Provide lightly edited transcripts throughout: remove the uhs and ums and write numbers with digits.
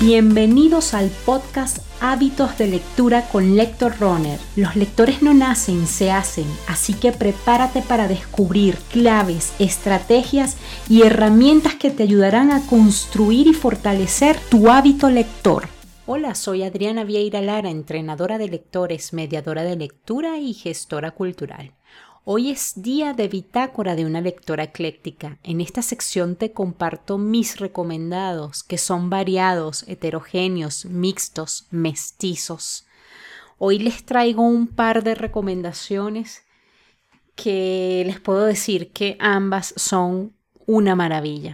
Bienvenidos al podcast Hábitos de Lectura con Lector Runner. Los lectores no nacen, se hacen, así que prepárate para descubrir claves, estrategias y herramientas que te ayudarán a construir y fortalecer tu hábito lector. Hola, soy Adriana Vieira Lara, entrenadora de lectores, mediadora de lectura y gestora cultural. Hoy es día de bitácora de una lectora ecléctica. En esta sección te comparto mis recomendados, que son variados, heterogéneos, mixtos, mestizos. Hoy les traigo un par de recomendaciones que les puedo decir que ambas son una maravilla.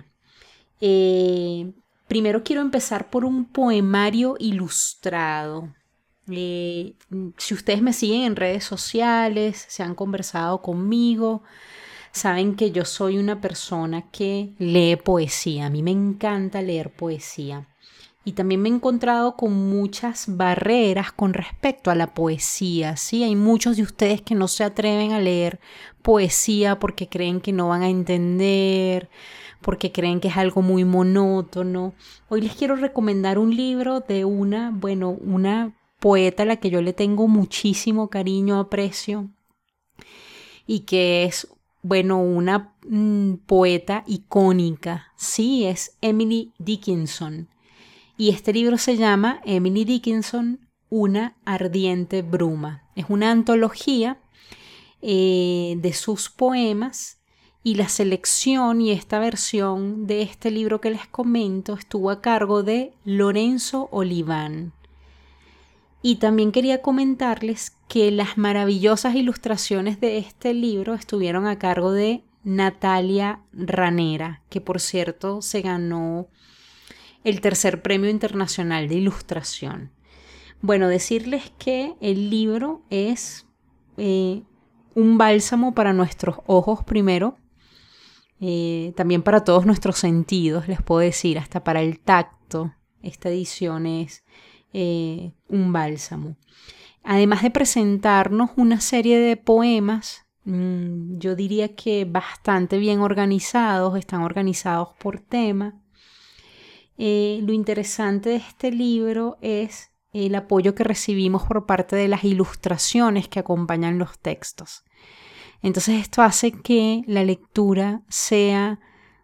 Primero quiero empezar por un poemario ilustrado. Si ustedes me siguen en redes sociales, se han conversado conmigo, saben que yo soy una persona que lee poesía. A mí me encanta leer poesía. Y también me he encontrado con muchas barreras con respecto a la poesía, ¿sí? Hay muchos de ustedes que no se atreven a leer poesía porque creen que no van a entender, porque creen que es algo muy monótono. Hoy les quiero recomendar un libro de una poeta a la que yo le tengo muchísimo cariño, aprecio, y que es, una poeta icónica. Sí, es Emily Dickinson. Y este libro se llama Emily Dickinson, una ardiente bruma. Es una antología de sus poemas, y la selección y esta versión de este libro que les comento estuvo a cargo de Lorenzo Oliván. Y también quería comentarles que las maravillosas ilustraciones de este libro estuvieron a cargo de Natalia Ranera, que por cierto se ganó el tercer premio internacional de ilustración. Bueno, decirles que el libro es un bálsamo para nuestros ojos primero, también para todos nuestros sentidos, les puedo decir, hasta para el tacto. Esta edición es un bálsamo. Además de presentarnos una serie de poemas, yo diría que bastante bien organizados, están organizados por tema. Lo interesante de este libro es el apoyo que recibimos por parte de las ilustraciones que acompañan los textos. Entonces esto hace que la lectura sea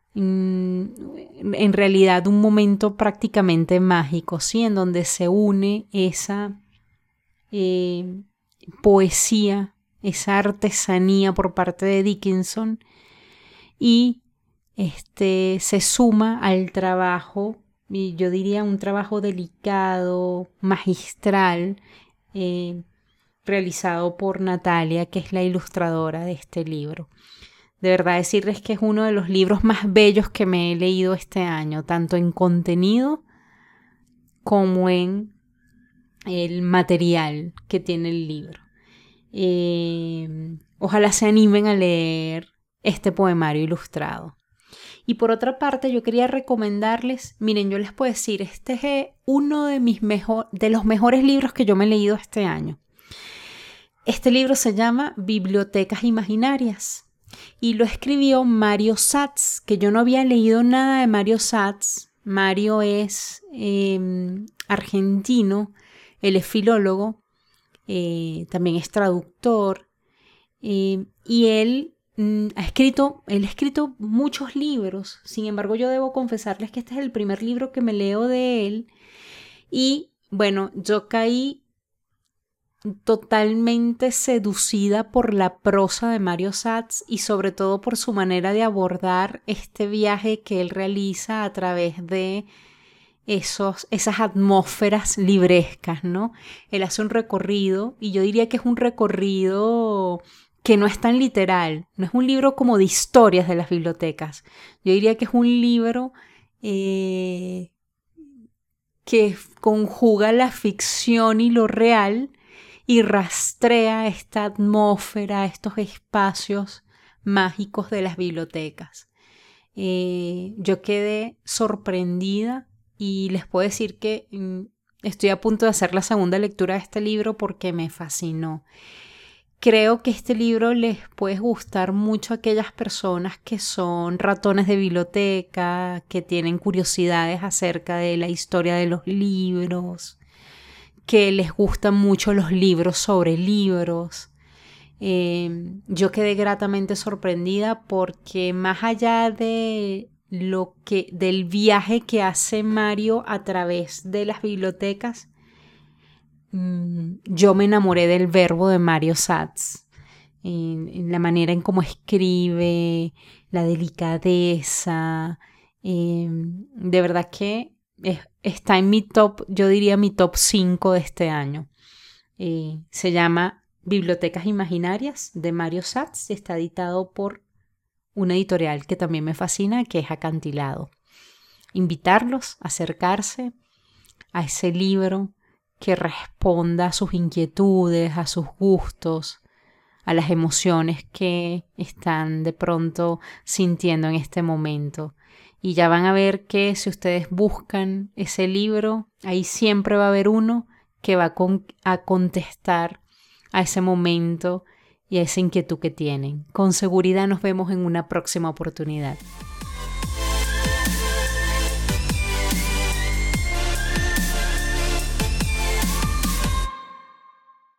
en realidad un momento prácticamente mágico, ¿sí? En donde se une esa poesía, esa artesanía por parte de Dickinson y se suma al trabajo, y yo diría un trabajo delicado, magistral, realizado por Natalia, que es la ilustradora de este libro. De verdad decirles que es uno de los libros más bellos que me he leído este año, tanto en contenido como en el material que tiene el libro. Ojalá se animen a leer este poemario ilustrado. Y por otra parte, yo quería recomendarles, miren, yo les puedo decir, este es uno de los mejores libros que yo me he leído este año. Este libro se llama Bibliotecas Imaginarias y lo escribió Mario Satz, que yo no había leído nada de Mario Satz. Mario es argentino, él es filólogo, también es traductor, y él ha escrito muchos libros. Sin embargo, yo debo confesarles que este es el primer libro que me leo de él y bueno, yo caí totalmente seducida por la prosa de Mario Satz y sobre todo por su manera de abordar este viaje que él realiza a través de esas atmósferas librescas, ¿no? Él hace un recorrido y yo diría que es un recorrido que no es tan literal, no es un libro como de historias de las bibliotecas. Yo diría que es un libro que conjuga la ficción y lo real y rastrea esta atmósfera, estos espacios mágicos de las bibliotecas. Yo quedé sorprendida y les puedo decir que estoy a punto de hacer la segunda lectura de este libro porque me fascinó. creo que este libro les puede gustar mucho a aquellas personas que son ratones de biblioteca, que tienen curiosidades acerca de la historia de los libros, que les gustan mucho los libros sobre libros. Yo quedé gratamente sorprendida porque más allá de del viaje que hace Mario a través de las bibliotecas, yo me enamoré del verbo de Mario Satz, en la manera en cómo escribe, la delicadeza. De verdad que está en mi top, yo diría mi top 5 de este año. Se llama Bibliotecas Imaginarias de Mario Satz y está editado por una editorial que también me fascina, que es Acantilado. Invitarlos a acercarse a ese libro que responda a sus inquietudes, a sus gustos, a las emociones que están de pronto sintiendo en este momento. Y ya van a ver que si ustedes buscan ese libro, ahí siempre va a haber uno que va a contestar a ese momento y a esa inquietud que tienen. Con seguridad nos vemos en una próxima oportunidad.